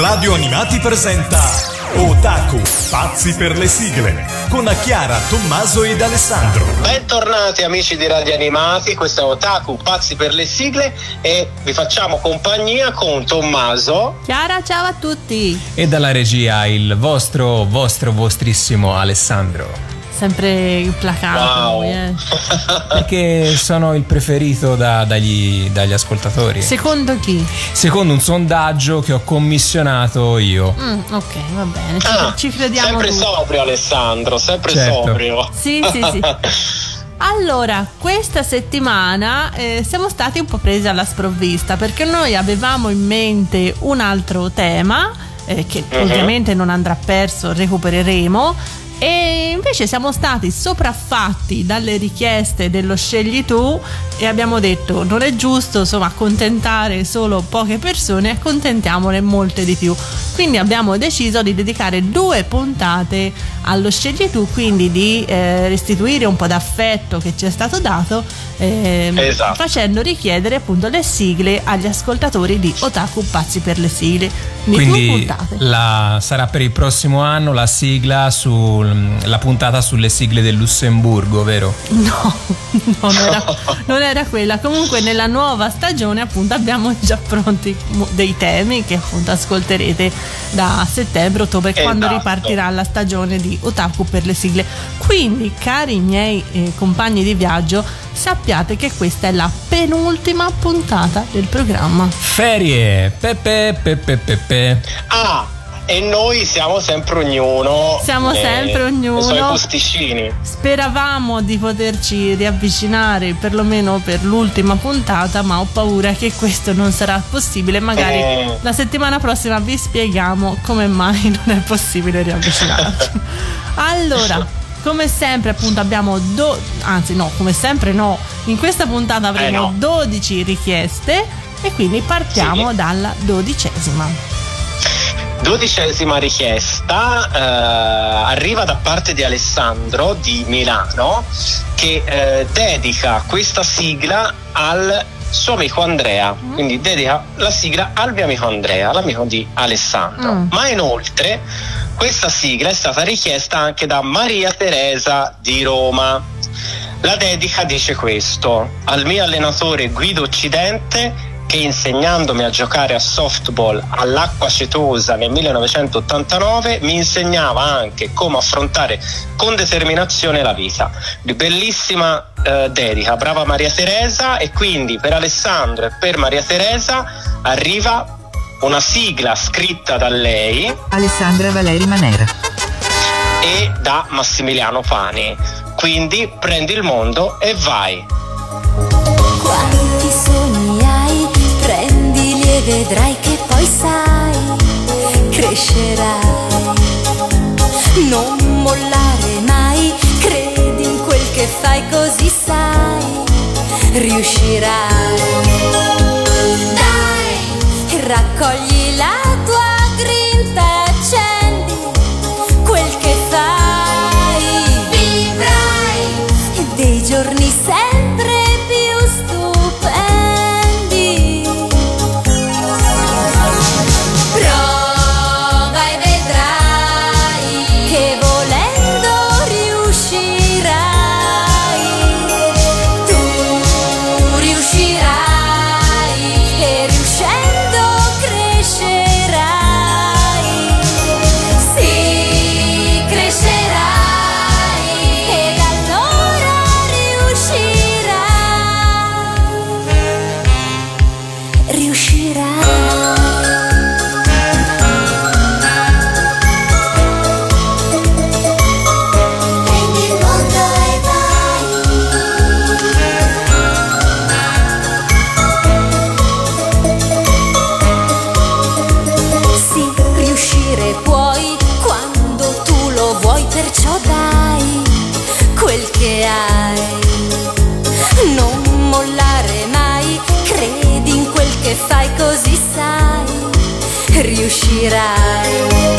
Radio Animati presenta Otaku, pazzi per le sigle, con Chiara, Tommaso ed Alessandro. Bentornati amici di Radio Animati, questo è Otaku, pazzi per le sigle e vi facciamo compagnia con Tommaso. Chiara, ciao a tutti. E dalla regia il vostrissimo Alessandro. Sempre implacato. Wow. Perché sono il preferito dagli ascoltatori. Secondo chi? Secondo un sondaggio che ho commissionato io. Ok, va bene, ci crediamo sempre tutti. Sobrio Alessandro, sempre Certo. sobrio. Sì. Allora, questa settimana siamo stati un po' presi alla sprovvista perché noi avevamo in mente un altro tema che ovviamente non andrà perso, recupereremo. E invece siamo stati sopraffatti dalle richieste dello scegli tu e abbiamo detto non è giusto insomma accontentare solo poche persone, accontentiamone molte di più. Quindi abbiamo deciso di dedicare 2 puntate allo scegli tu, quindi di restituire un po' d'affetto che ci è stato dato, Esatto. facendo richiedere appunto le sigle agli ascoltatori di Otaku Pazzi per le sigle. Quindi 2 puntate. sarà per il prossimo anno la sigla la puntata sulle sigle del Lussemburgo, vero? No, non era quella. Comunque nella nuova stagione appunto abbiamo già pronti dei temi che appunto ascolterete da settembre-ottobre, quando ripartirà la stagione di Otaku per le sigle. Quindi cari miei compagni di viaggio, sappiate che questa è la penultima puntata del programma. Ferie, pepe. E noi siamo sempre ognuno nei suoi posticini. Speravamo di poterci riavvicinare perlomeno per l'ultima puntata, ma ho paura che questo non sarà possibile. Magari la settimana prossima vi spieghiamo come mai non è possibile riavvicinarci. Allora, come sempre appunto abbiamo in questa puntata avremo 12 richieste e quindi partiamo dalla 12ª. 12ª richiesta arriva da parte di Alessandro di Milano che dedica questa sigla al suo amico Andrea, quindi dedica la sigla al mio amico Andrea, l'amico di Alessandro. Ma inoltre questa sigla è stata richiesta anche da Maria Teresa di Roma. La dedica dice questo: al mio allenatore Guido Occidente, che insegnandomi a giocare a softball all'acqua cetosa nel 1989 mi insegnava anche come affrontare con determinazione la vita. Bellissima dedica, brava Maria Teresa. E quindi per Alessandro e per Maria Teresa arriva una sigla scritta da lei, Alessandra Valeri Manera, e da Massimiliano Pani. Quindi prendi il mondo e vai. Quanti sogni hai, prendili e vedrai che poi sai, crescerai. Non mollare mai, credi in quel che fai, così sai, riuscirai. Dai, raccogli la tua grinta e accendi quel che fai. Vivrai dei giorni sempre più stupendi. Prova e vedrai che volendo riuscirai. Tu riuscirai e riuscendo crescerai. Sì, crescerai ed allora riuscirai. Prendi il mondo e vai. Sì, riuscire puoi quando tu lo vuoi, perciò dai quel che hai. Non mollare mai, credi in quel che fai, così sai, riuscirai.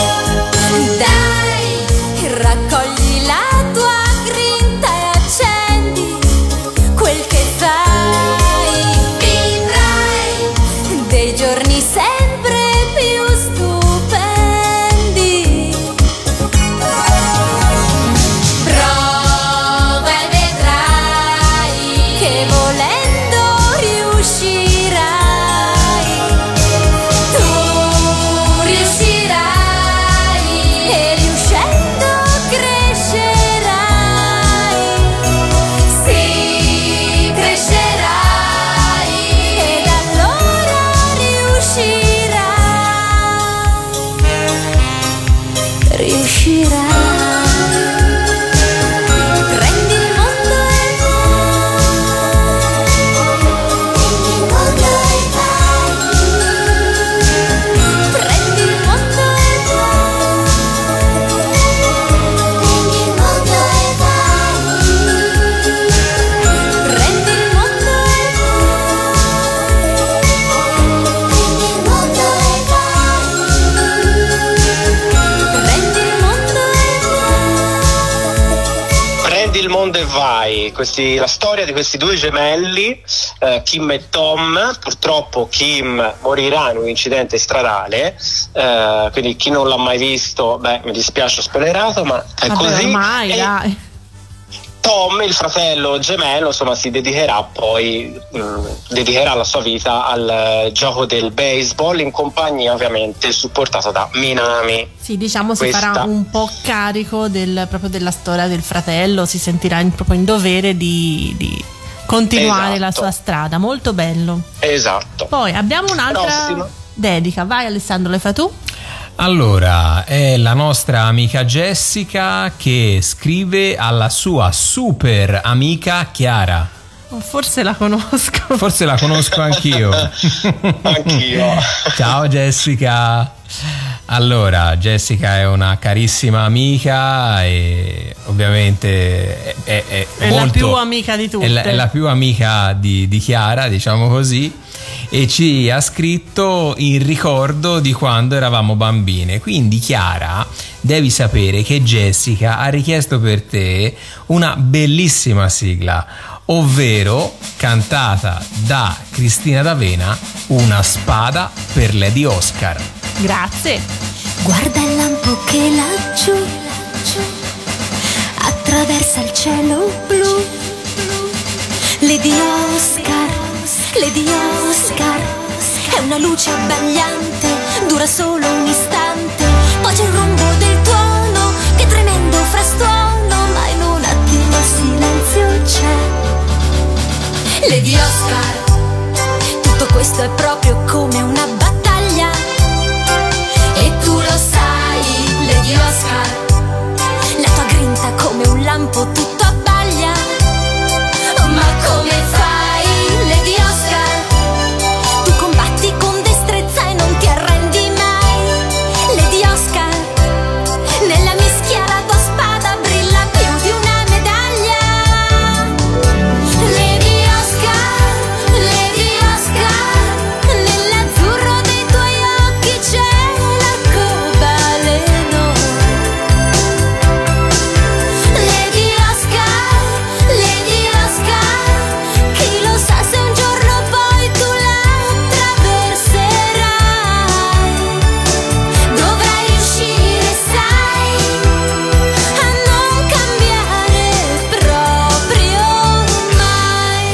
Dai, raccogli la tua grinta e accendi quel che fai. Vivrai dei giorni sempre più stupendi. riuscirai. Prendi il mondo e vai. Prendi il mondo e Prendi il mondo e vai. La storia di questi due gemelli, Kim e Tom. Purtroppo Kim morirà in un incidente stradale, quindi chi non l'ha mai visto, mi dispiace, ho spoilerato, ma è così. Ormai, dai. Tom, il fratello gemello, insomma, si dedicherà poi dedicherà la sua vita al gioco del baseball, in compagnia ovviamente supportato da Minami. Sì, diciamo si farà un po' carico proprio della storia del fratello, si sentirà proprio in dovere di continuare la sua strada. Molto bello. Esatto. Poi abbiamo un'altra dedica. Vai Alessandro, le fai tu? Allora, è la nostra amica Jessica che scrive alla sua super amica Chiara. Forse la conosco. Forse la conosco anch'io. Anch'io. Ciao Jessica. Allora, Jessica è una carissima amica e ovviamente è molto, la più amica di tutte. È la più amica di Chiara, diciamo così. E ci ha scritto in ricordo di quando eravamo bambine. Quindi Chiara, devi sapere che Jessica ha richiesto per te una bellissima sigla, ovvero cantata da Cristina D'Avena, Una spada per Lady Oscar. Grazie. Guarda il lampo che laggiù attraversa il cielo blu. Lady Oscar, Lady Oscar, è una luce abbagliante, dura solo un istante. Poi c'è il rombo del tuono, che tremendo frastuono, ma in un attimo il silenzio c'è. Lady Oscar, tutto questo è proprio come una battaglia, e tu lo sai, Lady Oscar. La tua grinta come un lampo tutto abbaglia. Ma come fai, Lady Oscar? Tu combatti con destrezza e non ti arrendi mai. Lady Oscar, nella mischia la tua spada brilla più di una medaglia. Lady Oscar, nell'azzurro dei tuoi occhi c'è l'arcobaleno. Lady Oscar, chi lo sa se un giorno poi tu la attraverserai. Dovrai riuscire, sai, a non cambiare proprio mai.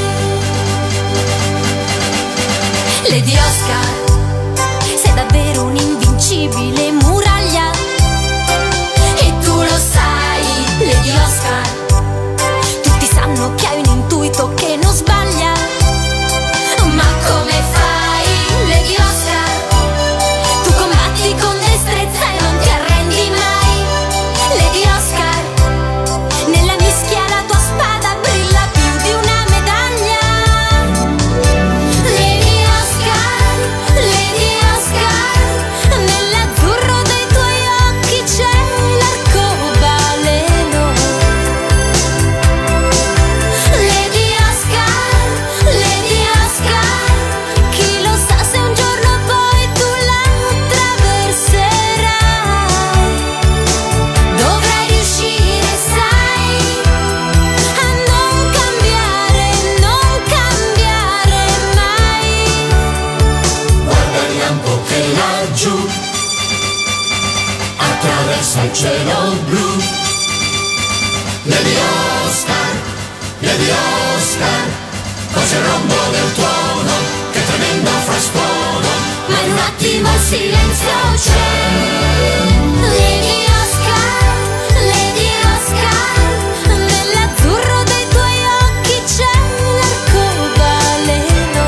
Lady Oscar, sei davvero un'invincibile muraglia, e tu lo sai, Lady Oscar. Tutti sanno che hai un intuito che non sbaglia. Ma come fai, Lady Oscar? Tu combatti con destrezza e non ti arrendi mai. Lady Oscar, nella mischia la tua spada brilla più di una medaglia. Lady Oscar, nell'azzurro dei tuoi occhi c'è l'arcobaleno. Lady Oscar, chi lo sa se un giorno poi tu la attraverserai. Dovrai riuscire, sai, a non cambiare mai. Guarda il lampo che laggiù attraversa il cielo blu. Lady Oscar, poi c'è il rombo del tuono, che tremendo frastuono, Ma in un attimo il silenzio c'è. Lady Oscar, nell'azzurro dei tuoi occhi c'è l'arcobaleno.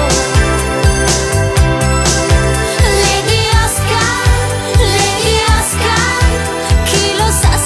Lady Oscar, chi lo sa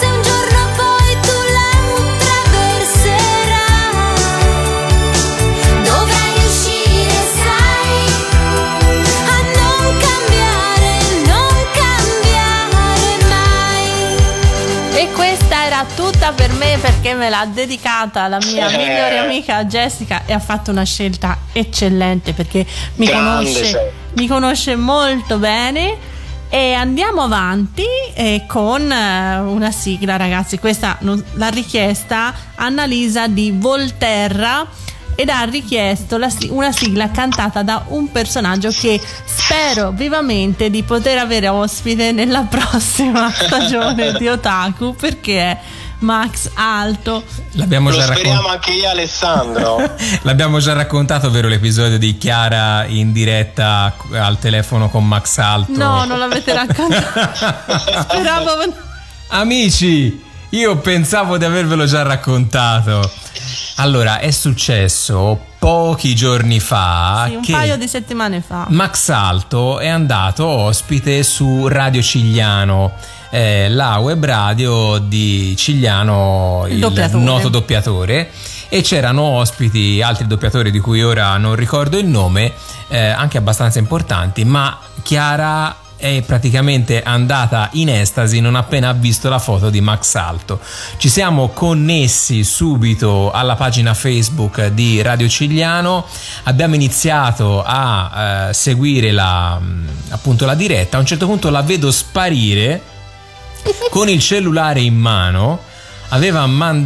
sigla tutta per me perché me l'ha dedicata la mia migliore amica Jessica e ha fatto una scelta eccellente perché mi conosce molto bene. E andiamo avanti con una sigla, ragazzi. Questa l'ha richiesta Annalisa di Volterra ed ha richiesto una sigla cantata da un personaggio che spero vivamente di poter avere ospite nella prossima stagione di Otaku, perché è Max Alto. L'abbiamo già speriamo anche io, Alessandro. L'abbiamo già raccontato, vero, l'episodio di Chiara in diretta al telefono con Max Alto? No, non l'avete raccontato. Speravo. Amici, io pensavo di avervelo già raccontato. Allora, è successo pochi giorni fa, un paio di settimane fa, Max Alto è andato ospite su Radio Cigliano, la web radio di Cigliano, il noto doppiatore, e c'erano ospiti altri doppiatori di cui ora non ricordo il nome, anche abbastanza importanti, ma Chiara è praticamente andata in estasi non appena ha visto la foto di Max Alto. Ci siamo connessi subito alla pagina Facebook di Radio Cigliano, abbiamo iniziato a seguire appunto la diretta. A un certo punto la vedo sparire con il cellulare in mano. Aveva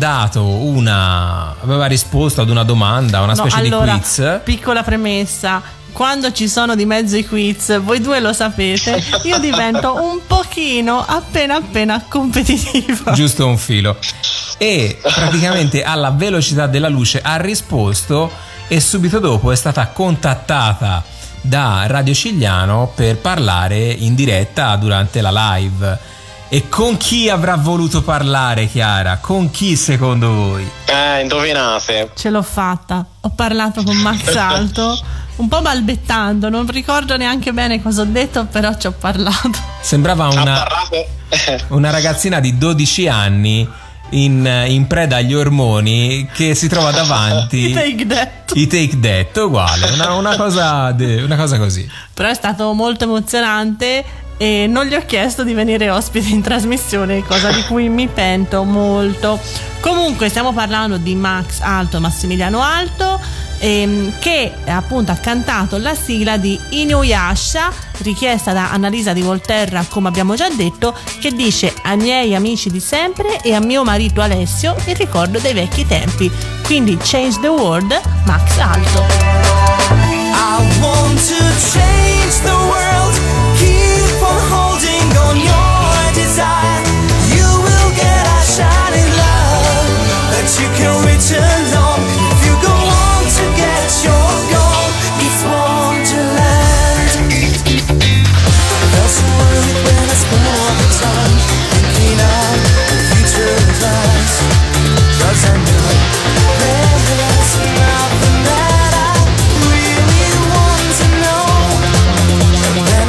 risposto ad una domanda, una specie di quiz. Piccola premessa: quando ci sono di mezzo i quiz, voi due lo sapete, io divento un pochino appena competitiva. Giusto un filo. E praticamente alla velocità della luce ha risposto e subito dopo è stata contattata da Radio Cigliano per parlare in diretta durante la live. E con chi avrà voluto parlare, Chiara? Con chi secondo voi? Indovinate. Ce l'ho fatta. Ho parlato con Max Alto, un po' balbettando, non ricordo neanche bene cosa ho detto, però ci ho parlato. Sembrava una ragazzina di 12 anni in preda agli ormoni che si trova davanti. I Take That, uguale, una cosa così. Però è stato molto emozionante e non gli ho chiesto di venire ospite in trasmissione, cosa di cui mi pento molto. Comunque stiamo parlando di Max Alto, Massimiliano Alto, che appunto ha cantato la sigla di Inuyasha, richiesta da Annalisa di Volterra, come abbiamo già detto, che dice: ai miei amici di sempre e a mio marito Alessio il ricordo dei vecchi tempi. Quindi Change the World, Max Alto. I want to change the world, keep on holding on your desire. You will get a shining love that you can reach alone. If you go on to get your goal, it's Wonderland. Felt so worried when I spent all the time thinking of future plans, 'cause I know there's nothing that I really want to know.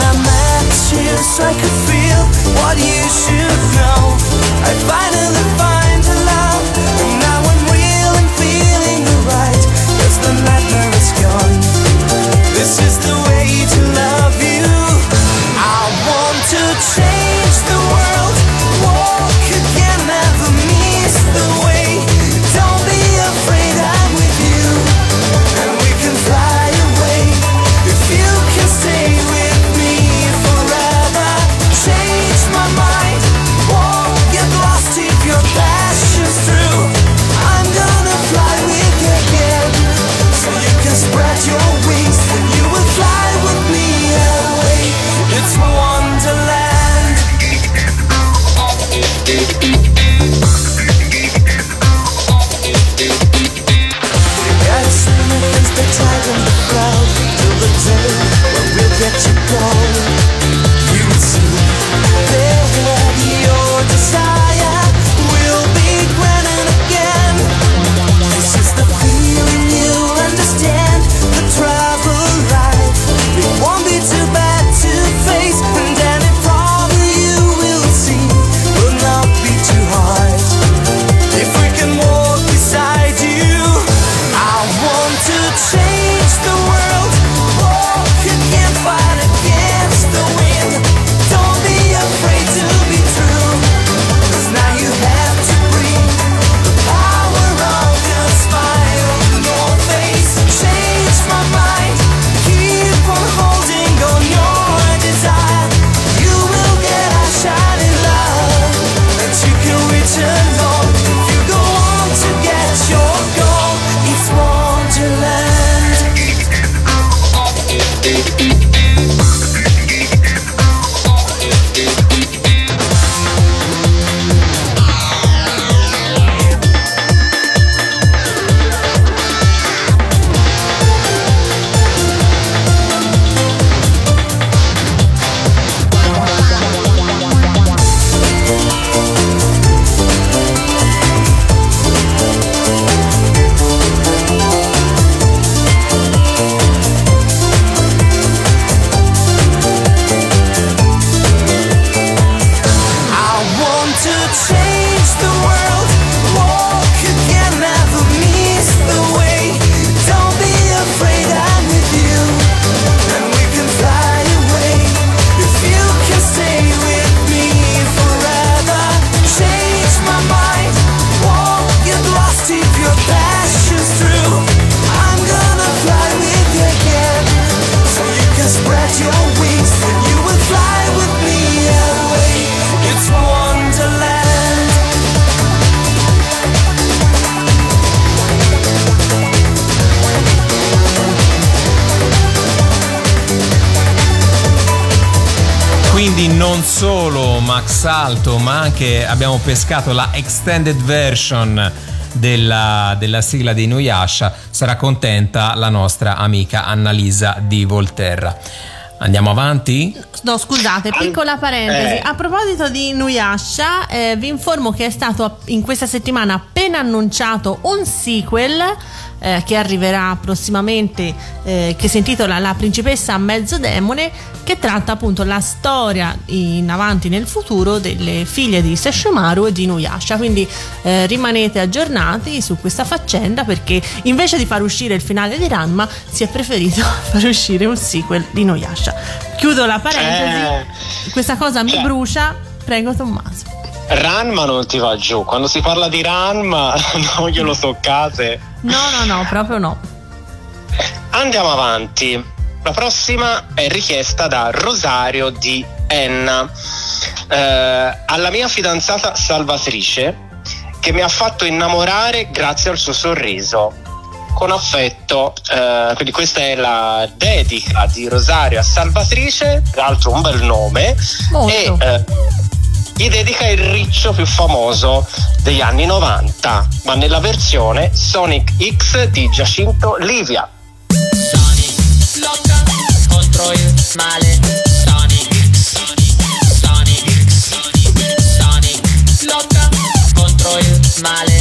non solo Max Alto, ma anche abbiamo pescato la extended version della sigla di Inuyasha. Sarà contenta la nostra amica Annalisa di Volterra. Andiamo avanti? No, scusate, piccola parentesi. A proposito di Inuyasha, vi informo che è stato in questa settimana appena annunciato un sequel che arriverà prossimamente, che si intitola La principessa a mezzo demone, che tratta appunto la storia in avanti nel futuro delle figlie di Sesshomaru e di Inuyasha. Quindi rimanete aggiornati su questa faccenda, perché invece di far uscire il finale di Ranma si è preferito far uscire un sequel di Inuyasha. Chiudo la parentesi, questa cosa mi brucia, prego Tommaso. Ranma non ti va giù, quando si parla di Ranma non glielo toccate. No, proprio no. Andiamo avanti. La prossima è richiesta da Rosario di Enna. Alla mia fidanzata Salvatrice, che mi ha fatto innamorare grazie al suo sorriso. Con affetto, quindi questa è la dedica di Rosario a Salvatrice, tra l'altro un bel nome. Molto. E gli dedica il riccio più famoso degli anni 90, ma nella versione Sonic X di Giacinto Livia. Sonic lotta contro il male. Sonic X, Sonic X, Sonic lotta contro il male.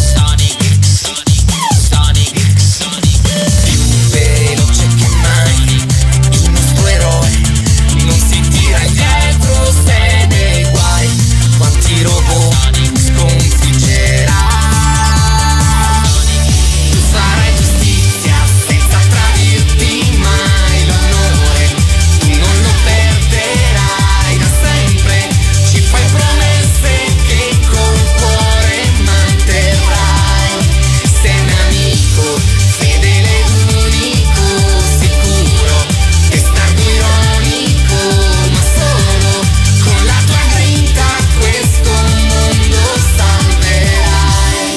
Veloce che mai il nostro eroe non si tira indietro se nei guai. Quanti robot sconfiggerà? Tu farai giustizia senza tradirti mai l'onore. Tu non lo perderai da sempre. Ci fai promesse che col cuore manterrai. Sei un amico fedele, sicuro, testardo ironico, ma solo con la tua grinta questo mondo salverai.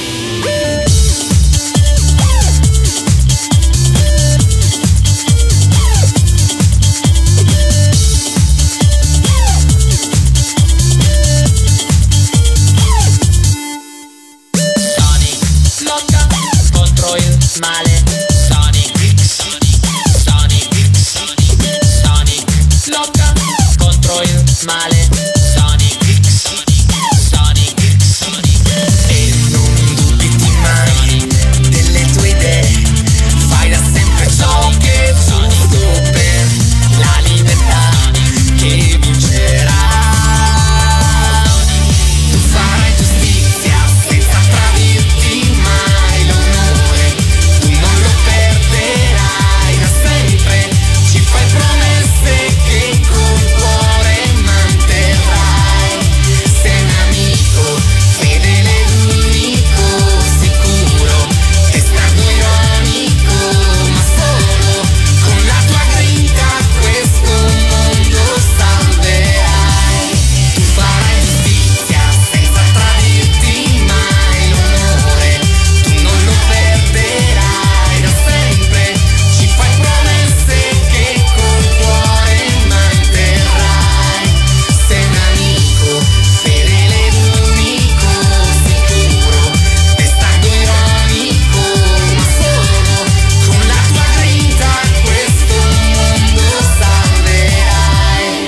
Sonic lotta contro il male. Lotta contro il male. Sonic X, Sonic X. E non dubiti mai delle tue idee. Fai da sempre ciò che è giusto per la libertà che vincerà. Tu farai giustizia senza tradirti mai l'onore. Tu non lo perderai da sempre. Ci fai promesse che col cuore manterrai. Sei un amico fedele ed unico, sicuro, testardo ironico, ma solo con la tua grinta questo mondo salverai. Tu farai giustizia senza tradirti mai l'onore. Tu non lo perderai da sempre. Ci fai promesse che col cuore manterrai. Sei un amico fedele ed unico, sicuro, testardo ironico, ma solo con la tua grinta questo mondo salverai.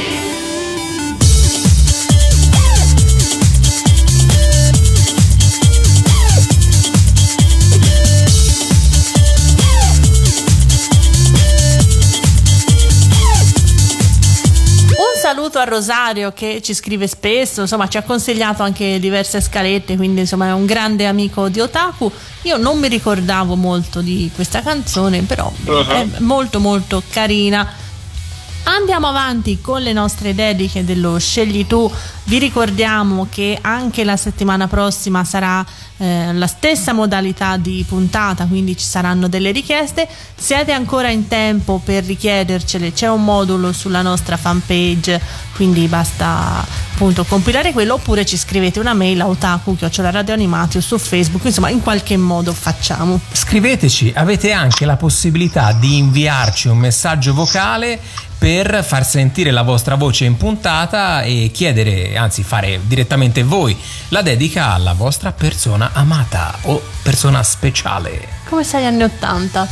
Un saluto a Rosario, che ci scrive spesso, insomma ci ha consigliato anche diverse scalette, quindi insomma è un grande amico di Otaku. Io non mi ricordavo molto di questa canzone, però è molto molto carina. Andiamo avanti con le nostre dediche dello Scegli Tu. Vi ricordiamo che anche la settimana prossima sarà la stessa modalità di puntata, quindi ci saranno delle richieste. Siete ancora in tempo per richiedercele, c'è un modulo sulla nostra fanpage, quindi basta appunto compilare quello, oppure ci scrivete una mail a otaku@radioanimatio su Facebook, insomma in qualche modo facciamo. Scriveteci, avete anche la possibilità di inviarci un messaggio vocale per far sentire la vostra voce in puntata e chiedere, anzi fare direttamente voi la dedica alla vostra persona amata o persona speciale. Come sai, anni 80.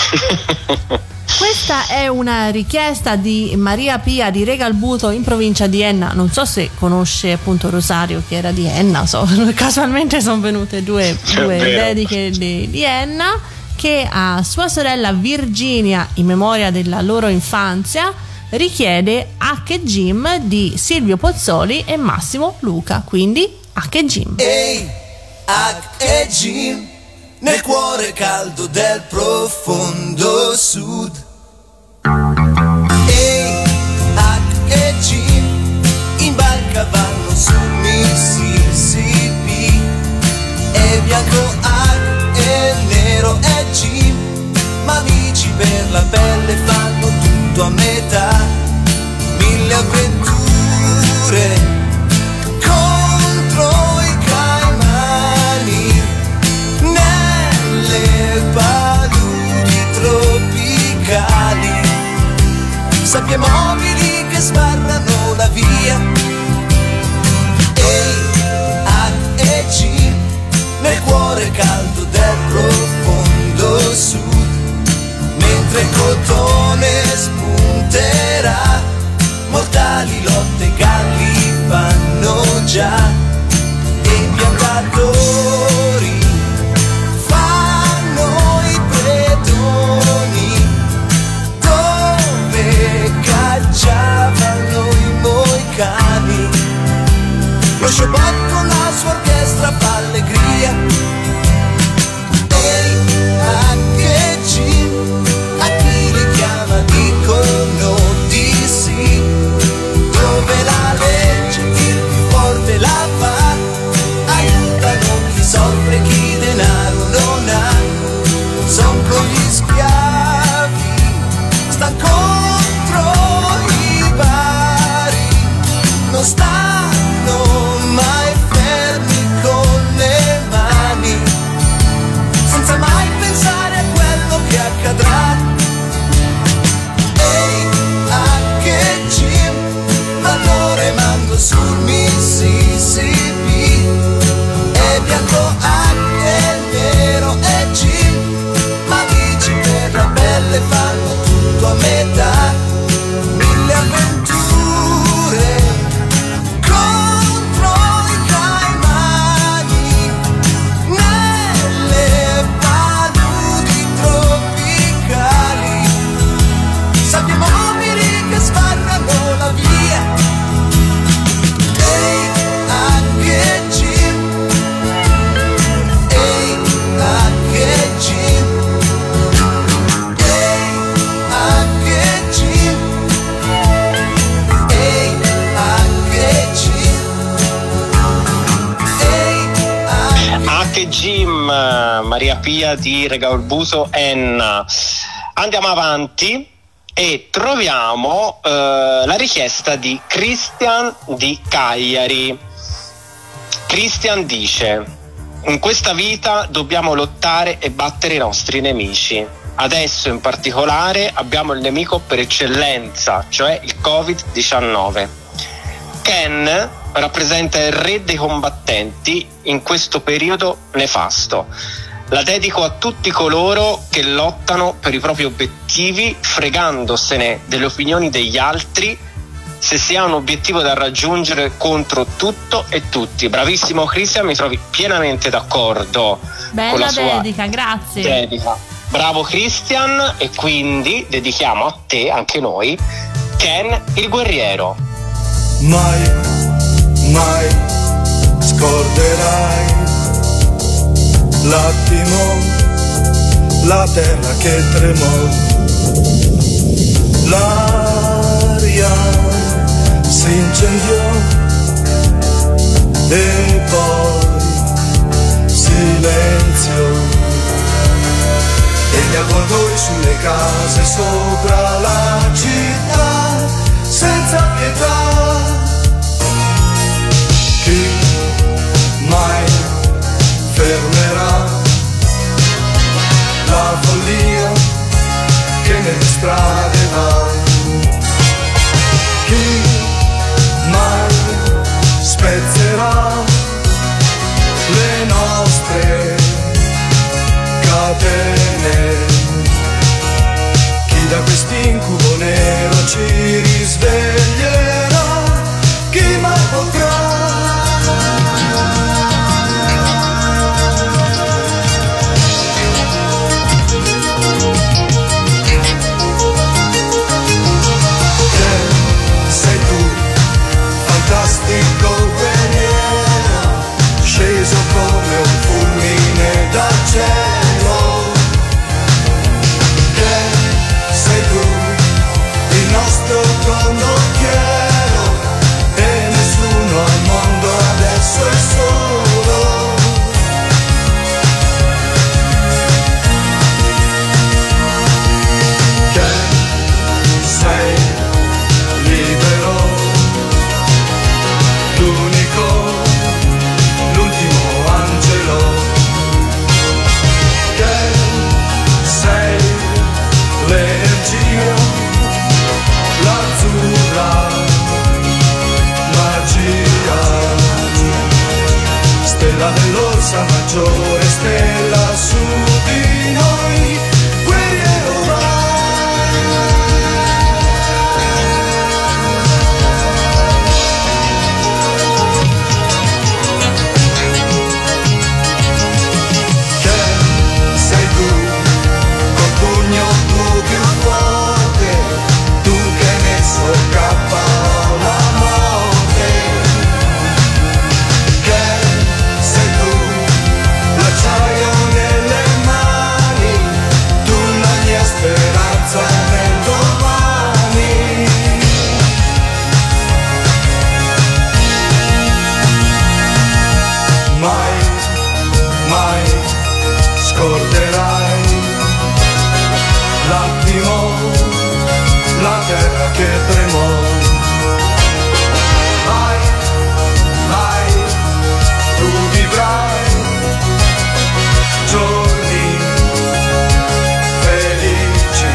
Questa è una richiesta di Maria Pia di Regalbuto in provincia di Enna. Non so se conosce appunto Rosario, che era di Enna, casualmente sono venute due dediche di Enna, che a sua sorella Virginia, in memoria della loro infanzia, richiede H. Jim di Silvio Pozzoli e Massimo Luca. Quindi H. Jim. Ehi, H. Jim, nel cuore caldo del profondo sud. Ehi, H. Jim, in barca vanno su Mississippi. E bianco H e nero è Jim, ma amici per la pelle fanno tutto a metà. 1000 avventure contro i caimani nelle paludi tropicali. Sabbie mobili che sbarrano la via. Ehi, H e G, nel cuore caldo del profondo sud. Mentre il cotone spunterà, mortali lotte galli fanno già. E i piantatori fanno i predoni, dove cacciavano i moicani. Lo Shabbat con la sua orchestra fa allegria. Ehi, H.G., a chi li chiama dicono di sì, dove la legge il più forte la fa, aiutano chi soffre, chi denaro non ha. Son con gli schiavi, stan contro i bari, non stanno mai fermi con le mani, senza mai pensare a quello che accadrà. Ehi, H.G., vanno remando sul Mississippi. E bianco H e nero è G, ma amici per la pelle fanno tutto a metà. 1000 avventure contro i caimani nelle paludi tropicali. Sabbie mobili che sbarrano la via. Ehi, H.G., ehi, H.G., ehi, H.G., ehi, H.G., H. Jim, Maria Pia di Regalbuto Enna. Andiamo avanti e troviamo la richiesta di Christian di Cagliari. Christian dice: in questa vita dobbiamo lottare e battere i nostri nemici. Adesso in particolare abbiamo il nemico per eccellenza, cioè il Covid-19. Ken rappresenta il re dei combattenti in questo periodo nefasto. La dedico a tutti coloro che lottano per i propri obiettivi, fregandosene delle opinioni degli altri, se si ha un obiettivo da raggiungere, contro tutto e tutti. Bravissimo Christian, mi trovi pienamente d'accordo. Bella con la sua dedica, grazie. dedica. Bravo Christian, e quindi dedichiamo a te, anche noi, Ken il guerriero. mai, mai scorderai l'attimo, la terra che tremò, l'aria si incendiò e poi silenzio, e gli avvoltoi sulle case sopra la città senza pietà. Chi mai fermerà la follia che nelle strade va? spezzerà le nostre catene. Chi da quest'incubo nero ci risveglierà? Chi mai potrà? Sei tu, fantastico guerriero, sceso come un fulmine dal cielo. Che sei tu, il nostro condottiero, e nessuno al mondo adesso è solo. Che sei libero, l'unico, l'ultimo angelo. Che sei l'energia, l'azzurra magia, stella dell'Orsa Maggiore, stella su di noi, guerriero vai. Che sei tu, col pugno tu più forte, tu che hai messo cappa la morte. Che sei tu, l'acciaio nelle mani, tu la mia speranza nel domani. Mai, mai scorderai l'attimo, la terra che tremò. Mai, mai tu vivrai giorni felici.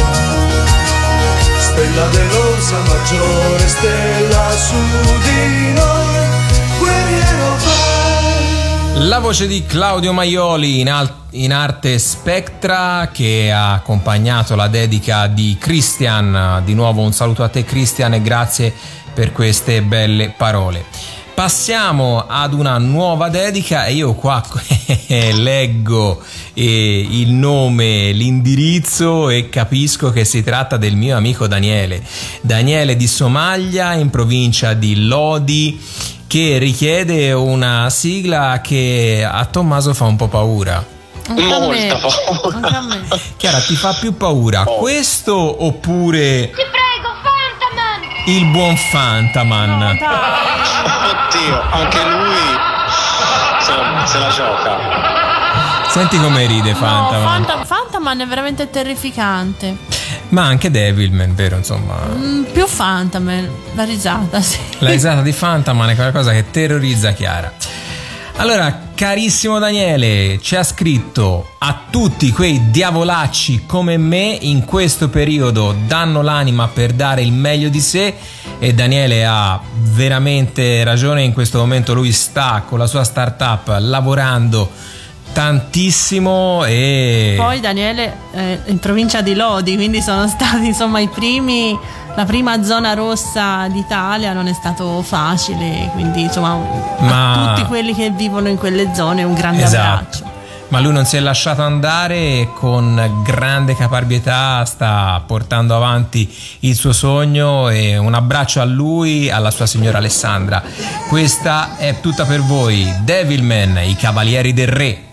Stella dell'Orsa Maggiore, stella su di noi, guerriero vai. La voce di Claudio Maioli in arte Spectra, che ha accompagnato la dedica di Christian. Di nuovo un saluto a te Christian e grazie per queste belle parole. Passiamo ad una nuova dedica e io qua leggo il nome, l'indirizzo e capisco che si tratta del mio amico Daniele di Somaglia, in provincia di Lodi, che richiede una sigla che a Tommaso fa un po' paura. Molta paura. Anche a me. Chiara, ti fa più paura questo oppure Ti prego, Fantaman! il buon Fantaman? No, dai. Oddio, anche lui insomma, se la gioca. Senti come ride Fantaman. No, Fantaman è veramente terrificante. Ma anche Devilman, vero, insomma. Più Fantaman, la risata, sì. La risata di Fantaman è qualcosa che terrorizza Chiara. Allora, carissimo Daniele, ci ha scritto: a tutti quei diavolacci come me in questo periodo danno l'anima per dare il meglio di sé, e Daniele ha veramente ragione. In questo momento lui sta con la sua startup lavorando tantissimo e Poi Daniele in provincia di Lodi, quindi sono stati insomma la prima zona rossa d'Italia, non è stato facile, quindi insomma a tutti quelli che vivono in quelle zone un grande abbraccio. Ma lui non si è lasciato andare e con grande caparbietà sta portando avanti il suo sogno, e un abbraccio a lui, alla sua signora Alessandra. Questa è tutta per voi, Devilman, i Cavalieri del Re.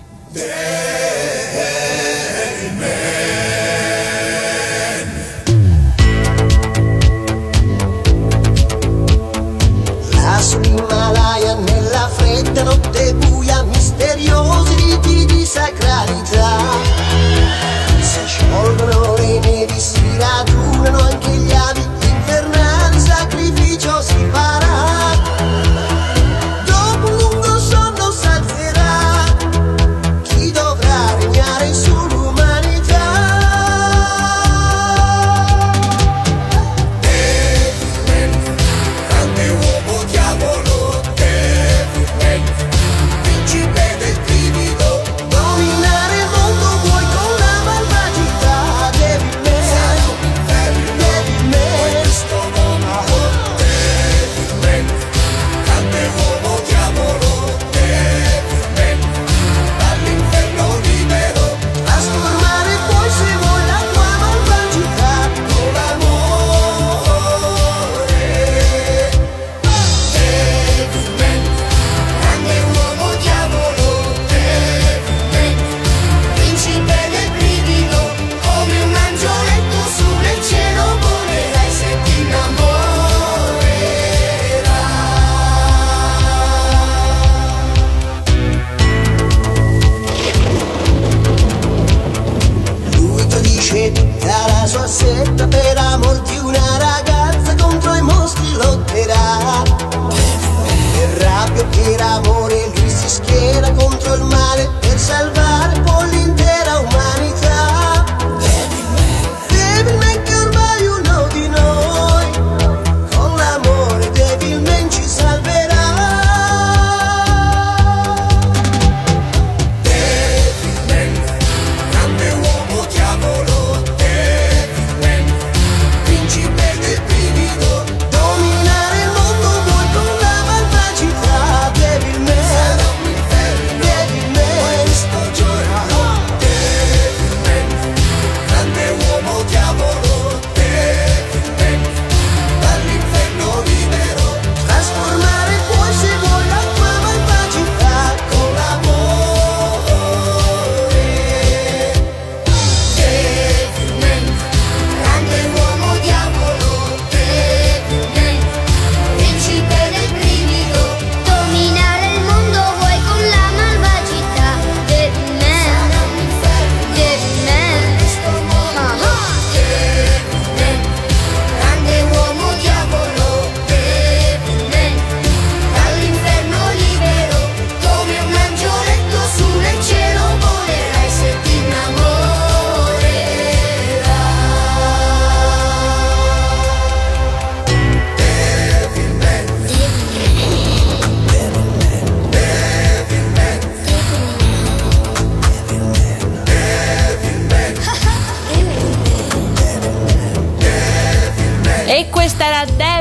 Là sull'Himalaya, nella fredda notte buia, misteriosi riti di sacralità. Si sciolgono le nevi, si radunano anche gli avi, infernali sacrificio si farà. Dopo un lungo sonno s'alzerà chi dovrà regnare sull'umanità. Devilman, grande uomo diavolo,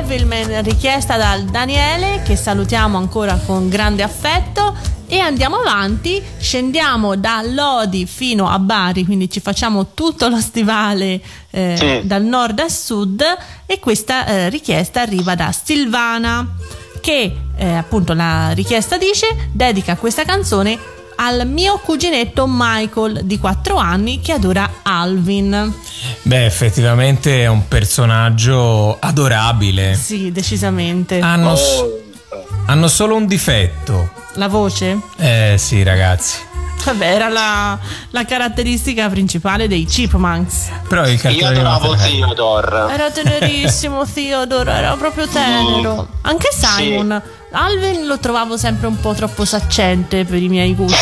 Devilman, richiesta dal Daniele, che salutiamo ancora con grande affetto. E andiamo avanti, scendiamo da Lodi fino a Bari, quindi ci facciamo tutto lo stivale dal nord a sud, e questa richiesta arriva da Silvana, che appunto la richiesta dice: dedica questa canzone al mio cuginetto Michael di 4 anni che adora Alvin. Beh, effettivamente è un personaggio adorabile. Sì, decisamente. Hanno solo un difetto. La voce? Sì, ragazzi. Vabbè, era la caratteristica principale dei Chipmunks. Però il cartone io adoravo Theodore. Era tenerissimo Theodore, era proprio tenero. Anche Simon. Sì. Alvin lo trovavo sempre un po' troppo saccente per i miei gusti.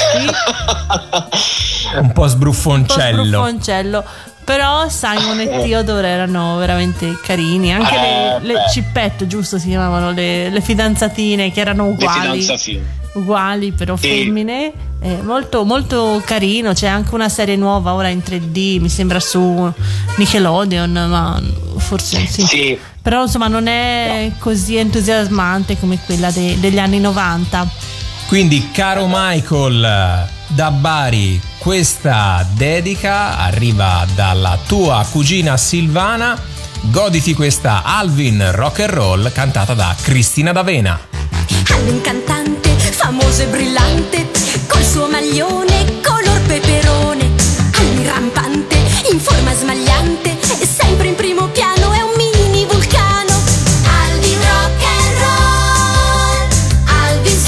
Un po' sbruffoncello. Però Simon e Theodore erano veramente carini. Anche le Cippetto, giusto, si chiamavano le fidanzatine, che erano uguali però femmine. Molto molto carino. C'è anche una serie nuova ora in 3D, mi sembra su Nickelodeon, ma forse sì. Però insomma non è così entusiasmante come quella degli anni 90. Quindi, caro Michael, da Bari, questa dedica arriva dalla tua cugina Silvana. Goditi questa Alvin Rock and Roll cantata da Cristina D'Avena. Alvin cantante, famoso e brillante, col suo maglione color peperone. Alvin rampante, in forma smagliante, sempre in primo piano, è un mini vulcano. Alvin rock and roll, Alvin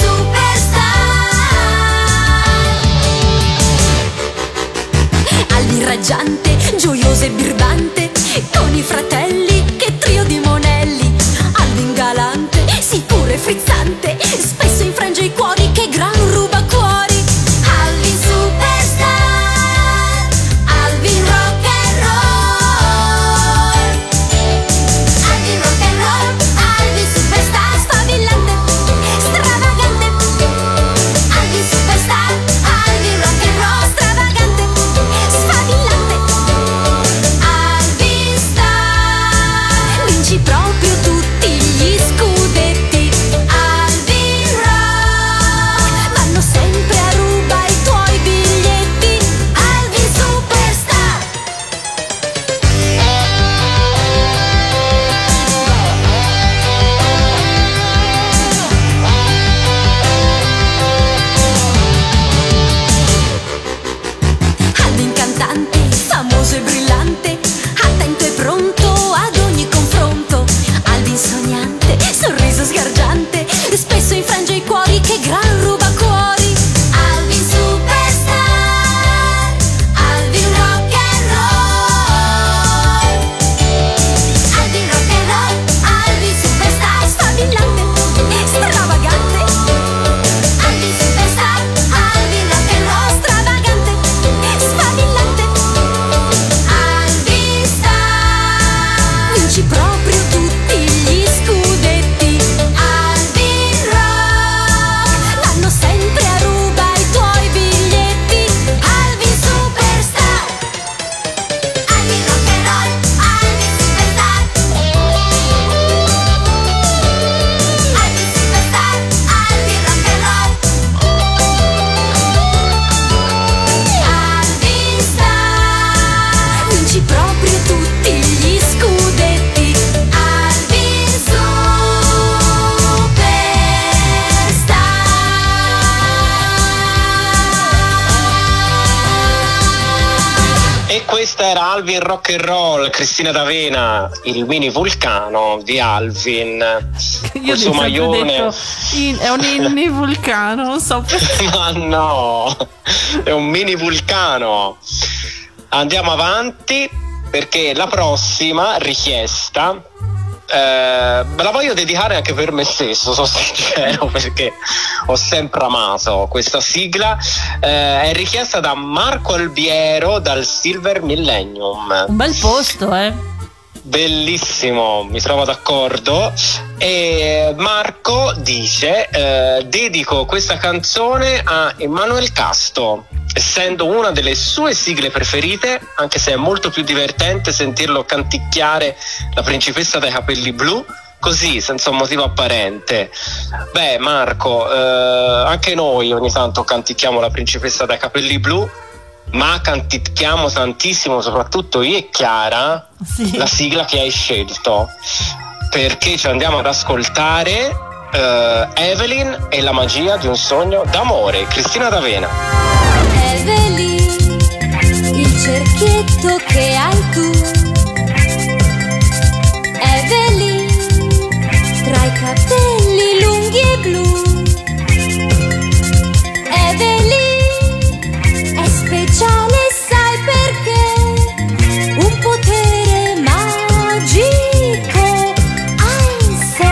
superstar. Alvin raggiante, gioioso e birbante, con i fratelli, che trio di monelli. Alvin galante, sicuro e frizzante, spesso infrange i cuori, che gran ruba cuori. Alvin superstar, Alvin rock and roll. Alvin rock and roll, Alvin superstar, sfavillante, stravagante. Alvin superstar, Alvin rock and roll, stravagante, sfavillante. Alvin star, vinci proprio tutti gli scudetti. Alvin rock, vanno sempre a ruba i tuoi biglietti. Alvin superstar. Alvin cantante, famoso e brillante, attento e pronto ad ogni confronto. Alvin sognante, sorriso sgargiante, spesso infrange i cuori, che gran ruba cuori. Alvin superstar, Alvin rock and roll. Alvin rock and roll, Alvin superstar, sfavillante, stravagante. Alvin superstar, Alvin rock and roll, stravagante, sfavillante. Alvin star, vinci proprio tutti gli scudetti. Alvin rock, vanno sempre a ruba i tuoi biglietti. Alvin superstar. Alvin rock and roll, Alvin superstar. Alvin superstar, Alvin rock and roll. Alvin star, vinci proprio tutti gli scudetti. Alvin superstar. E questa era Alvin Rock and Roll, Cristina D'Avena, il mini vulcano di Alvin. Io il suo maglione. detto, è un mini vulcano, non so perché. Ma no, è un mini vulcano. Andiamo avanti, perché la prossima richiesta me la voglio dedicare anche per me stesso, sono sincero, perché ho sempre amato questa sigla. È richiesta da Marco Albiero dal Silver Millennium. Un bel posto, Bellissimo, mi trovo d'accordo. E Marco dice: dedico questa canzone a Emanuele Casto, essendo una delle sue sigle preferite, anche se è molto più divertente sentirlo canticchiare La principessa dai capelli blu così, senza un motivo apparente. Beh, Marco, anche noi ogni tanto canticchiamo La principessa dai capelli blu, ma canticchiamo tantissimo, soprattutto io e Chiara, la sigla che hai scelto, perché ci andiamo ad ascoltare Evelyn e la magia di un sogno d'amore. Cristina D'Avena. Evelyn, il cerchietto che hai tu. Evelyn, tra i capelli lunghi e blu. Evelyn, è speciale, sai perché? Un potere magico ha in sé.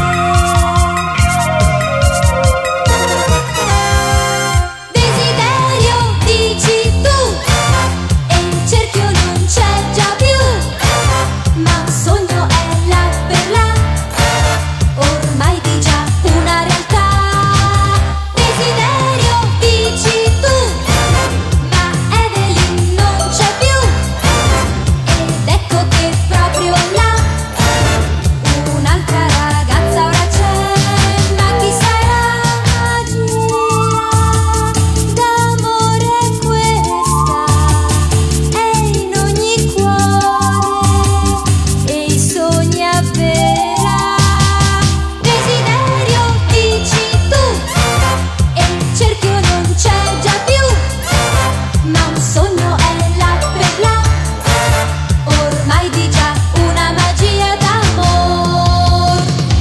Desiderio, dici tu, e il cerchio non c'è già più, ma un sogno è là per là, ormai di già una realtà. Desiderio, dici tu, ma Evelyn non c'è più, ed ecco che proprio là un'altra ragazza ora c'è. Ma chi sarà? Magia d'amore questa è in ogni cuore e i sogni avvera. Desiderio, dici tu, e il cerchio non c'è già più, ma un sogno è là per là, ormai di già una magia d'amor.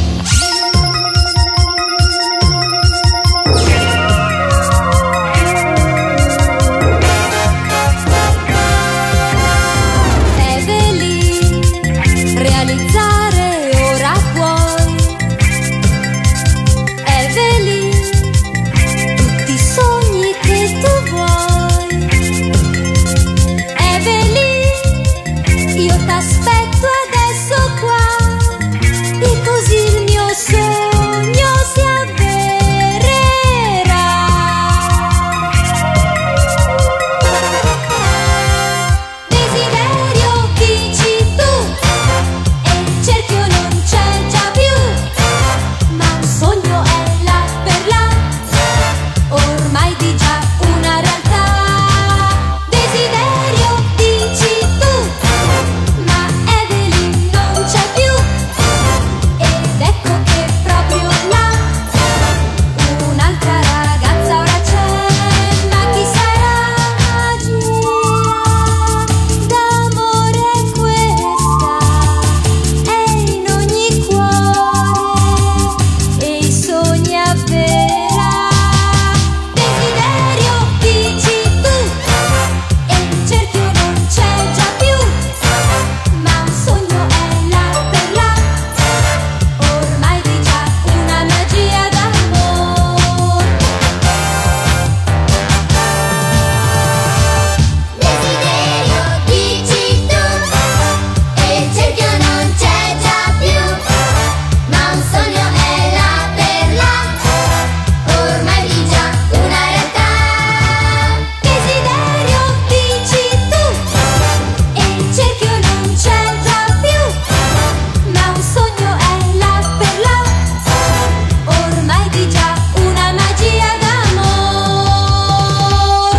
Evelyn, realizzare ora puoi. Evelyn, tutti i sogni che tu vuoi. Evelyn, io t'aspetto adesso qua, e così il mio sogno si avvererà. Desiderio, dici tu, e il cerchio non c'è già più, ma un sogno è là per là, ormai di già una realtà. Desiderio, dici tu, ma Evelyn non c'è più, ed ecco che proprio là un'altra ragazza ora c'è. Ma chi sarà? Magia d'amore questa è in ogni cuore e i sogni avvera. Desiderio, dici tu, e il cerchio non c'è già più, ma un sogno è là per là, ormai di già una magia d'amor. Desiderio, dici tu, e il cerchio non c'è già più, ma un sogno è là per là, ormai di già una realtà. Desiderio, dici tu, e il cerchio non c'è già più, ma un sogno è là per là, ormai di già una magia d'amor.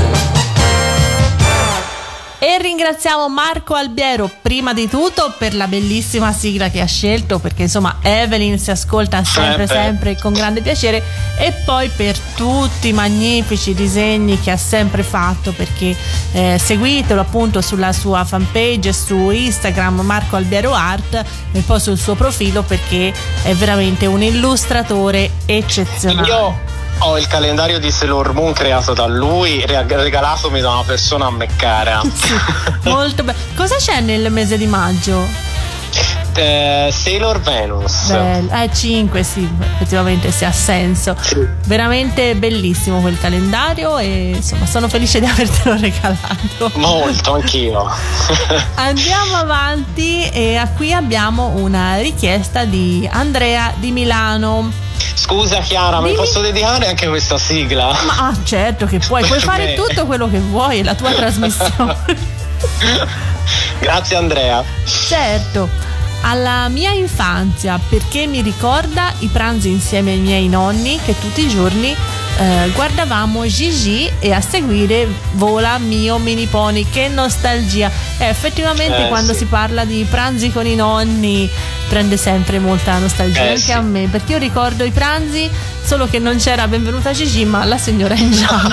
E ringraziamo Marco Albiero prima di tutto per la bellissima sigla che ha scelto, perché insomma Evelyn si ascolta sempre con grande piacere, e poi per tutti i magnifici disegni che ha sempre fatto, perché seguitelo appunto sulla sua fanpage su Instagram, Marco Albiero Art, e poi sul suo profilo, perché è veramente un illustratore eccezionale. Io ho il calendario di Sailor Moon creato da lui, regalatomi da una persona a me cara. Molto bello. Cosa c'è nel mese di maggio? Sailor Venus. 5, sì, effettivamente sì, ha senso. Sì. Veramente bellissimo quel calendario, e insomma sono felice di avertelo regalato. Molto, anch'io. Andiamo avanti, e qui abbiamo una richiesta di Andrea di Milano. Scusa Chiara, mi posso dedicare anche questa sigla? Ma certo che puoi fare tutto quello che vuoi, è la tua trasmissione. Grazie Andrea. Certo. alla mia infanzia, perché mi ricorda i pranzi insieme ai miei nonni che tutti i giorni guardavamo Gigi e a seguire Vola mio mini pony. Che nostalgia! Effettivamente quando si parla di pranzi con i nonni prende sempre molta nostalgia anche a me, perché io ricordo i pranzi, solo che non c'era Benvenuta Gigi ma la signora in giallo.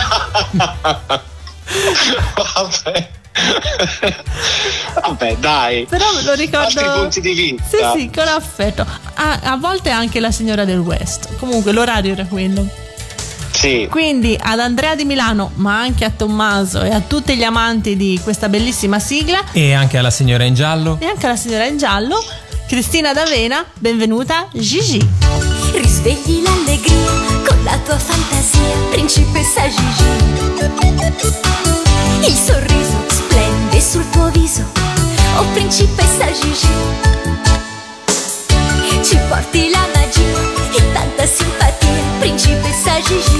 Vabbè, dai. Però me lo ricordo. Altri punti di vista. Sì, con affetto. A volte anche la signora del West. Comunque l'orario era quello. Sì. Quindi ad Andrea di Milano, ma anche a Tommaso e a tutti gli amanti di questa bellissima sigla, e anche alla signora in giallo, Cristina D'Avena, benvenuta Gigi. Risvegli l'allegria con la tua fantasia, principessa Gigi. Il sorriso splende sul tuo viso, oh principessa Gigi. Ci porti la magia e tanta simpatia, principessa Gigi.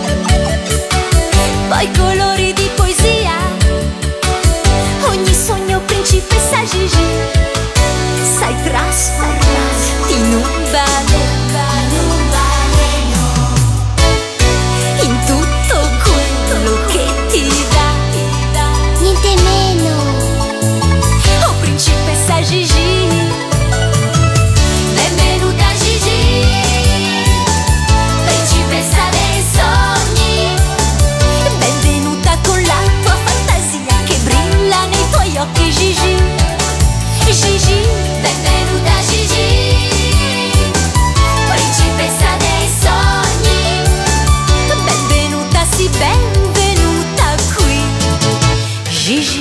Poi colori di poesia, ogni sogno, principessa Gigi. Sai trasformarti in un baleno, in tutto quello che ti dà, niente meno, oh principessa Gigi. Benvenuta Gigi, principessa dei sogni. Benvenuta con la tua fantasia che brilla nei tuoi occhi Gigi. Gigi, benvenuta Gigi, principessa dei sogni. Benvenuta, sì, benvenuta qui Gigi.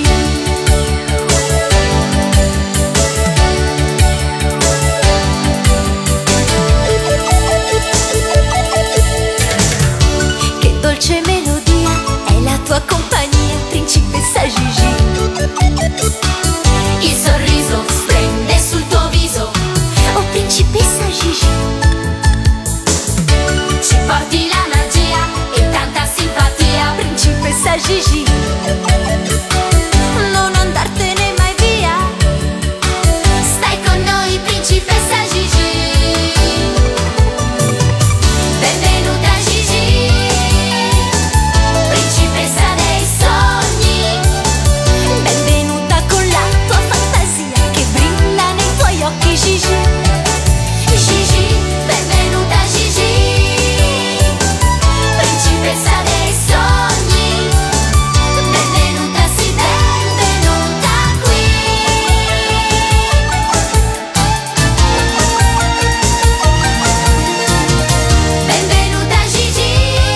Che dolce melodia è la tua compagnia, principessa Gigi. Il sorriso splende sul tuo viso, oh principessa Gigi. Ci porti la magia e tanta simpatia, principessa Gigi. Non andartene mai via, stai con noi, principessa Gigi. Benvenuta Gigi, principessa dei sogni. Benvenuta con la tua fantasia che brilla nei tuoi occhi Gigi. Gigi, benvenuta Gigi, principessa dei sogni. Benvenuta, sì, benvenuta qui. Benvenuta Gigi,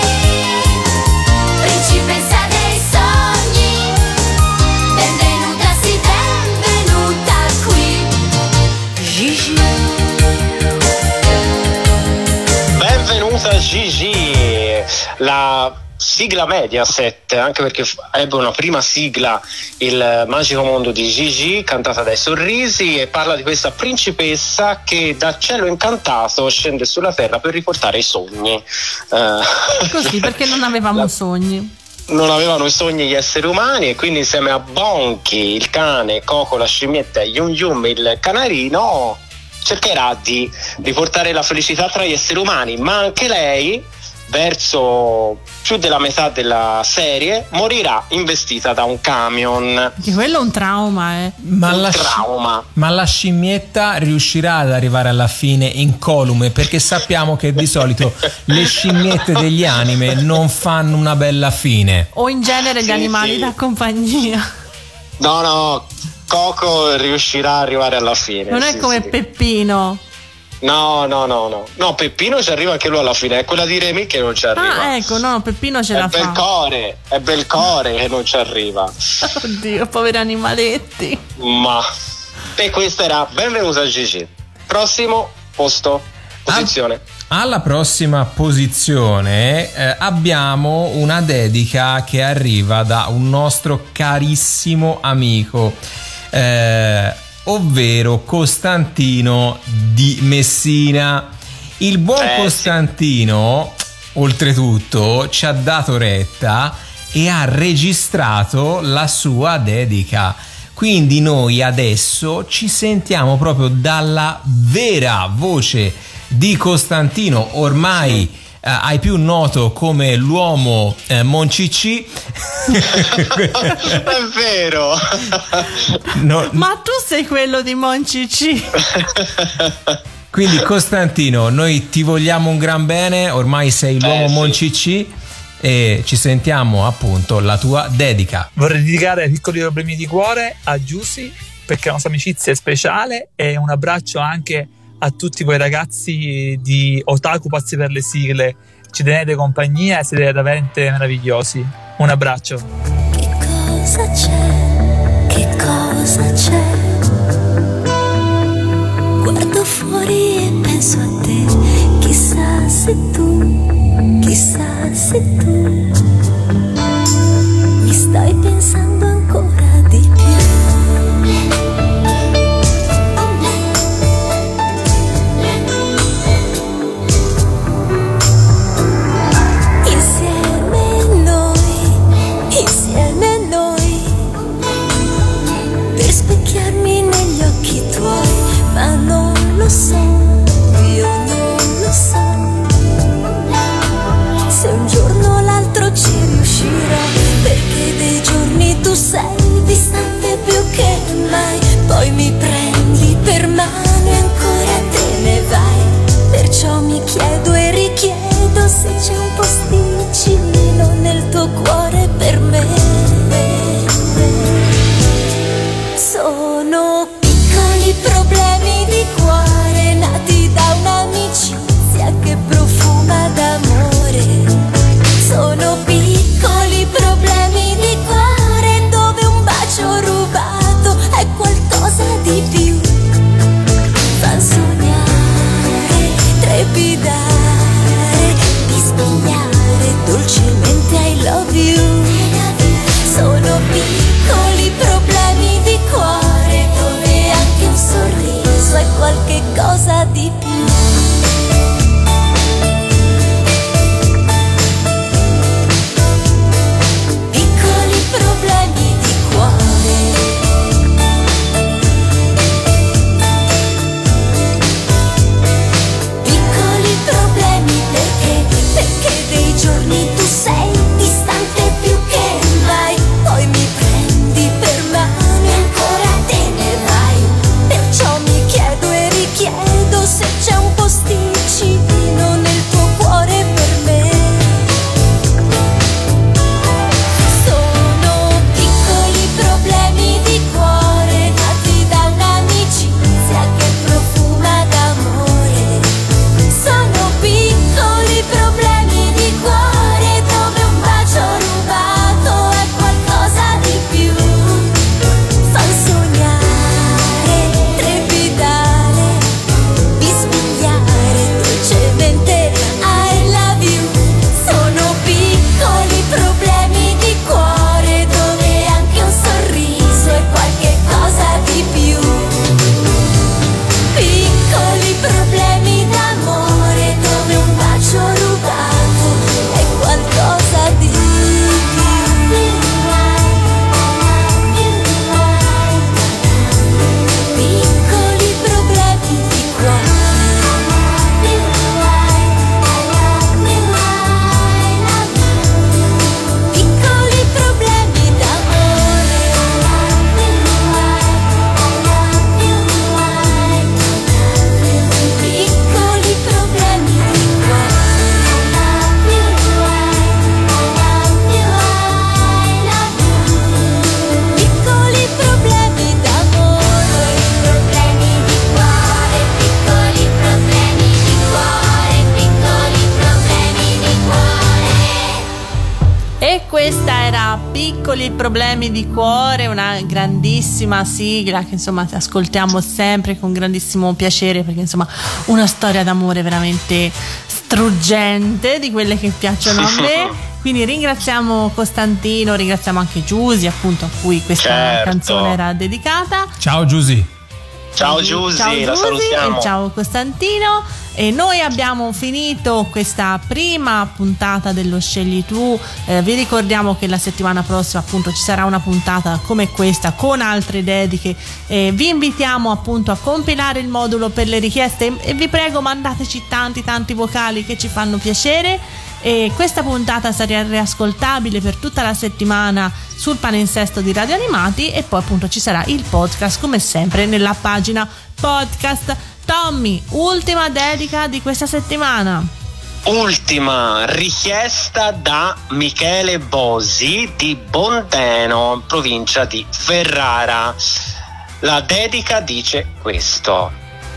principessa dei sogni. Benvenuta, sì, benvenuta qui Gigi. Benvenuta Gigi, la sigla Mediaset, anche perché ebbe una prima sigla, Il magico mondo di Gigi, cantata dai Sorrisi, e parla di questa principessa che da cielo incantato scende sulla terra per riportare i sogni. Così, perché non avevamo sogni. Non avevano i sogni gli esseri umani, e quindi insieme a Bonky, il cane, Coco, la scimmietta, e Yum Yum, il canarino, cercherà di portare la felicità tra gli esseri umani, ma anche lei, verso più della metà della serie, morirà investita da un camion. Che quello è un trauma, Ma la scimmietta riuscirà ad arrivare alla fine incolume, perché sappiamo che di solito le scimmiette degli anime non fanno una bella fine. O in genere gli animali da compagnia. No, Coco riuscirà ad arrivare alla fine. Non è come Peppino. No, Peppino ci arriva anche lui alla fine, è quella di Remy che non ci arriva. Ah, ecco, no, Peppino ce la fa. È Belcore che non ci arriva. Oddio, poveri animaletti. Ma e questa era Benvenuta Gigi. Prossimo posizione. Alla prossima posizione abbiamo una dedica che arriva da un nostro carissimo amico, ovvero Costantino di Messina. Il buon Costantino, oltretutto, ci ha dato retta e ha registrato la sua dedica. Quindi noi adesso ci sentiamo proprio dalla vera voce di Costantino, ormai hai più noto come l'uomo Moncicci. È vero. No. Ma tu sei quello di Moncicci. Quindi Costantino, noi ti vogliamo un gran bene, ormai sei l'uomo Moncicci e ci sentiamo appunto la tua dedica. Vorrei dedicare Piccoli problemi di cuore a Giusy, perché la nostra amicizia è speciale, e un abbraccio anche a tutti quei ragazzi di Otaku Pazzi per le sigle. Ci tenete compagnia e siete veramente meravigliosi. Un abbraccio. Che cosa c'è? Che cosa c'è? Guardo fuori e penso a te. Chissà se tu, chissà se tu mi stai pensando ancora di più. Insieme noi, per specchiarmi negli occhi tuoi, ma non lo so, io non lo so, se un giorno o l'altro ci riuscirò, perché dei giorni tu sei distante più che mai, poi mi prendi per mano e ancora te ne vai, perciò mi chiedo e richiedo se c'è un posticino nel tuo cuore per me. Sono piccoli problemi di cuore nati da un'amicizia che profuma d'amore. Sono piccoli problemi di cuore dove un bacio rubato è qualcosa di più. Fan sognare, trepidare, bisbigliare dolcemente I love you. Sono piccoli problemi di cuore dove anche un sorriso è qualche cosa di più. Piccoli problemi di cuore. Piccoli problemi perché dei giorni tu sei distante più che mai, poi mi prendi per mano e ancora te ne vai, perciò mi chiedo e richiedo se c'è un posticino nel tuo cuore per me. Sono piccoli problemi di cuore nati da un'amicizia che profuma d'amore. Sono piccoli problemi di cuore dove un bacio rubato è qualcosa di più. Fan sognare, trepidare, bisbigliare dolcemente I love you. Sono piccoli problemi di cuore dove anche un sorriso è qualche cosa di più. Piccoli problemi d'amore dove un bacio rubato è qualcosa di più. Piccoli problemi di cuore. Piccoli problemi d'amore. Piccoli problemi di cuore. Piccoli problemi d'amore. Problemi di cuore, piccoli problemi di cuore, piccoli problemi di cuore. E questa era Piccoli problemi di cuore, una grandissima sigla che insomma ascoltiamo sempre con grandissimo piacere, perché insomma una storia d'amore veramente struggente, di quelle che piacciono a me. Quindi ringraziamo Costantino, ringraziamo anche Giusy, appunto, a cui questa canzone era dedicata. Ciao Giusy. Ciao Giusy, la salutiamo. E ciao Costantino. E noi abbiamo finito questa prima puntata dello Scegli Tu. Vi ricordiamo che la settimana prossima appunto ci sarà una puntata come questa con altre dediche. Vi invitiamo appunto a compilare il modulo per le richieste e vi prego mandateci tanti vocali che ci fanno piacere. E questa puntata sarà riascoltabile per tutta la settimana sul palinsesto di Radio Animati e poi appunto ci sarà il podcast come sempre nella pagina podcast. Tommy, ultima dedica di questa settimana. Ultima richiesta da Michele Bosi di Bondeno, provincia di Ferrara. La dedica dice questo: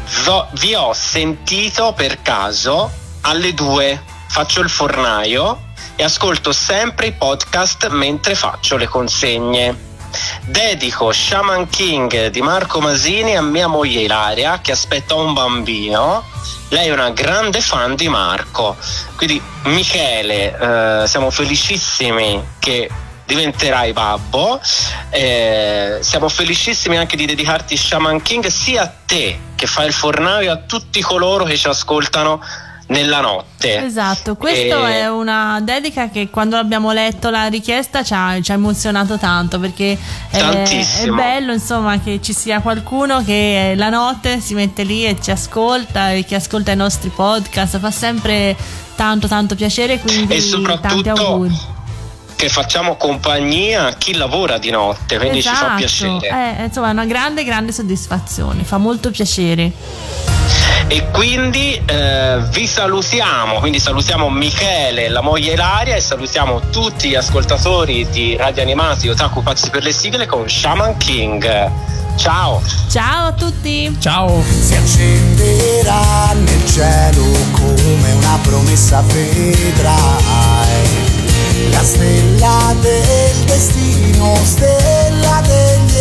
vi ho sentito per caso alle 2, faccio il fornaio e ascolto sempre i podcast mentre faccio le consegne. Dedico Shaman King di Marco Masini a mia moglie Ilaria che aspetta un bambino. Lei è una grande fan di Marco. Quindi Michele, siamo felicissimi che diventerai babbo. Siamo felicissimi anche di dedicarti Shaman King sia a te che fai il fornaio e a tutti coloro che ci ascoltano nella notte. Esatto, questo è una dedica che quando abbiamo letto la richiesta ci ha emozionato tanto, perché è bello insomma che ci sia qualcuno che la notte si mette lì e ci ascolta e che ascolta i nostri podcast, fa sempre tanto piacere, quindi e soprattutto tanti auguri. Che facciamo compagnia a chi lavora di notte, quindi ci fa piacere. Insomma è una grande soddisfazione, fa molto piacere. E quindi vi salutiamo, quindi salutiamo Michele, la moglie Ilaria e salutiamo tutti gli ascoltatori di Radio Animati Otaku Pazzi per le sigle con Shaman King. Ciao a tutti, ciao. Si accenderà nel cielo come una promessa, vedrai la stella del destino, stella degli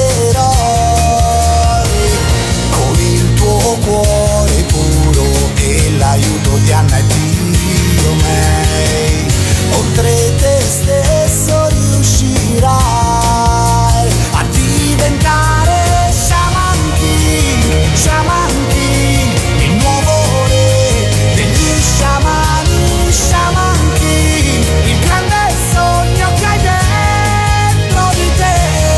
eroi, con il tuo cuore puro e l'aiuto di Anna e Diomei, oltre te stesso riuscirai a diventare Shaman King, Shaman King, il nuovo re degli sciamani, Shaman King, il grande sogno che hai dentro di te.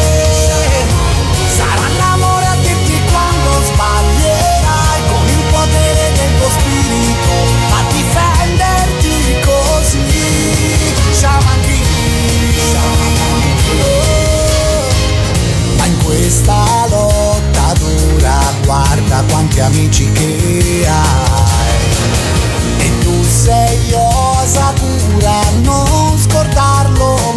Sarà l'amore a dirti quando sbaglierai, con il potere del tuo spirito a difenderti così. Shaman King, ma in questa lotta dura guarda quanti amici che hai, e tu sei Osakura, non scordarlo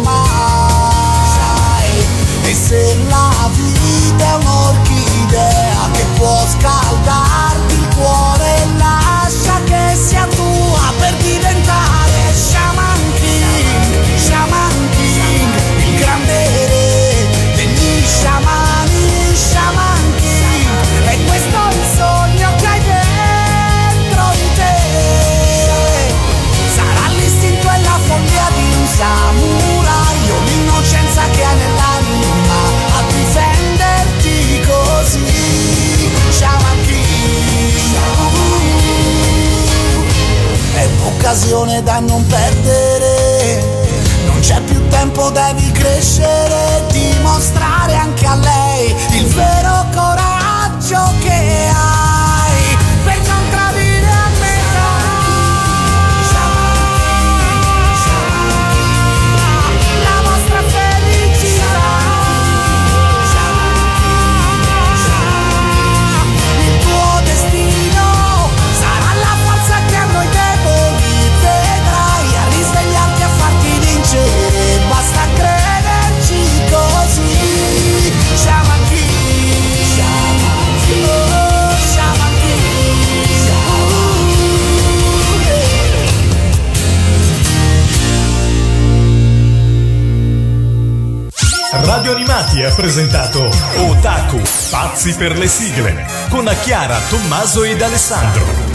mai. E se la vita è un'orchidea che può scaldarti il cuore, lascia che sia tua per diventare Shaman King, Shaman King, il grande re degli sciamani, Shaman King. E questo è il sogno che hai dentro di te. Sarà l'istinto e la follia di un samurai, o l'innocenza che hai nell'anima a difenderti così. Shaman King, è un'occasione da non perdere, non c'è più tempo, devi crescere, dimostrare anche a lei il vero coraggio che hai per non tradire a metà la vostra felicità. Il tuo destino sarà la forza che a noi deboli vedrai a risvegliarti, a farti vincere, basta crederci così. Shaman King, oh, Shaman King. Radio Animati ha presentato Otaku, pazzi per le sigle, con Chiara, Tommaso ed Alessandro.